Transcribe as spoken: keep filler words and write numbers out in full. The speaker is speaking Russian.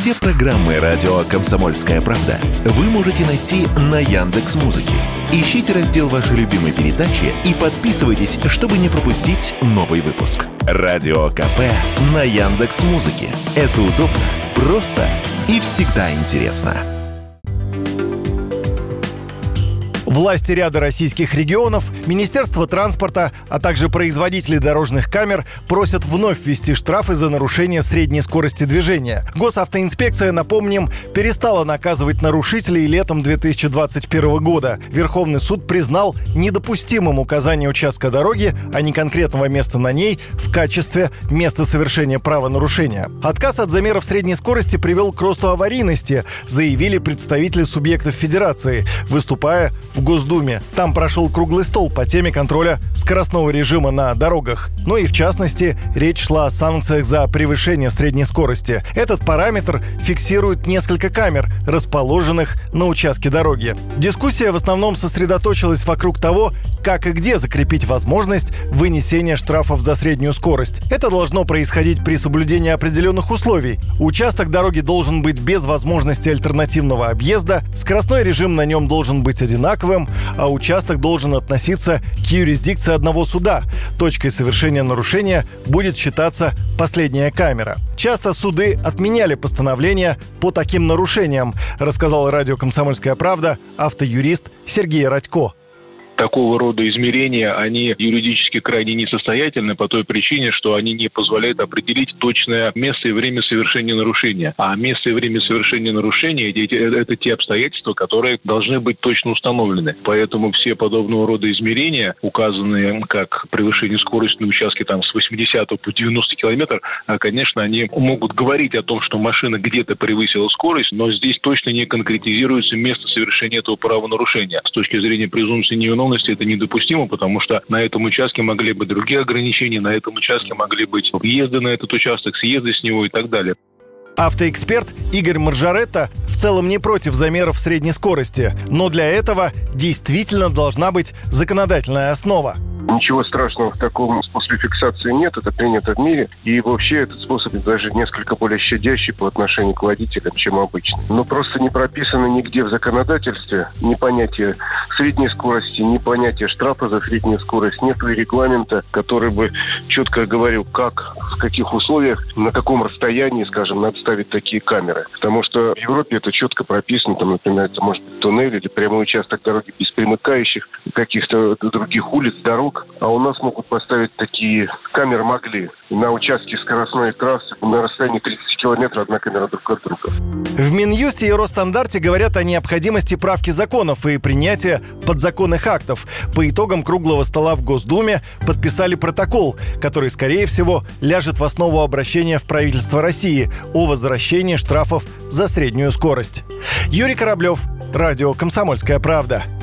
Все программы радио «Комсомольская правда» вы можете найти на Яндекс.Музыке. Ищите раздел вашей любимой передачи и подписывайтесь, чтобы не пропустить новый выпуск. Радио КП на Яндекс.Музыке. Это удобно, просто и всегда интересно. Власти ряда российских регионов, Министерство транспорта, а также производители дорожных камер просят вновь ввести штрафы за нарушение средней скорости движения. Госавтоинспекция, напомним, перестала наказывать нарушителей летом две тысячи двадцать первого года. Верховный суд признал недопустимым указание участка дороги, а не конкретного места на ней, в качестве места совершения правонарушения. Отказ от замеров средней скорости привел к росту аварийности, заявили представители субъектов федерации, выступая в Госдуме. Там прошел круглый стол по теме контроля скоростного режима на дорогах. Ну и в частности, речь шла о санкциях за превышение средней скорости. Этот параметр фиксирует несколько камер, расположенных на участке дороги. Дискуссия в основном сосредоточилась вокруг того, как и где закрепить возможность вынесения штрафов за среднюю скорость. Это должно происходить при соблюдении определенных условий. Участок дороги должен быть без возможности альтернативного объезда, скоростной режим на нем должен быть одинаковым, а участок должен относиться к юрисдикции одного суда. Точкой совершения нарушения будет считаться последняя камера. Часто суды отменяли постановления по таким нарушениям, рассказал радио «Комсомольская правда» автоюрист Сергей Радько. Такого рода измерения, они юридически крайне несостоятельны по той причине, что они не позволяют определить точное место и время совершения нарушения. А место и время совершения нарушения – это те обстоятельства, которые должны быть точно установлены. Поэтому все подобного рода измерения, указанные как превышение скорости на участке там, с восьмидесятого по девяносто километров, конечно, они могут говорить о том, что машина где-то превысила скорость, но здесь точно не конкретизируется место совершения этого правонарушения. С точки зрения презумпции невиновности это недопустимо, потому что на этом участке могли быть другие ограничения, на этом участке могли быть въезды на этот участок, съезды с него и так далее. Автоэксперт Игорь Маржаретта в целом не против замеров средней скорости, но для этого действительно должна быть законодательная основа. Ничего страшного в таком способе фиксации нет, это принято в мире. И вообще этот способ даже несколько более щадящий по отношению к водителям, чем обычно. Но просто не прописано нигде в законодательстве ни понятия средней скорости, ни понятия штрафа за среднюю скорость. Нет и регламента, который бы четко говорил, как, в каких условиях, на каком расстоянии, скажем, надо ставить такие камеры. Потому что в Европе это четко прописано, там, например, это может быть туннель или прямой участок дороги без примыкающих каких-то других улиц, дорог. А у нас могут поставить такие камеры, могли, на участке скоростной трассы на расстоянии тридцать километров одна камера друг от друга. В Минюсте и Росстандарте говорят о необходимости правки законов и принятия подзаконных актов. По итогам круглого стола в Госдуме подписали протокол, который, скорее всего, ляжет в основу обращения в правительство России о возвращении штрафов за среднюю скорость. Юрий Кораблев, радио «Комсомольская правда».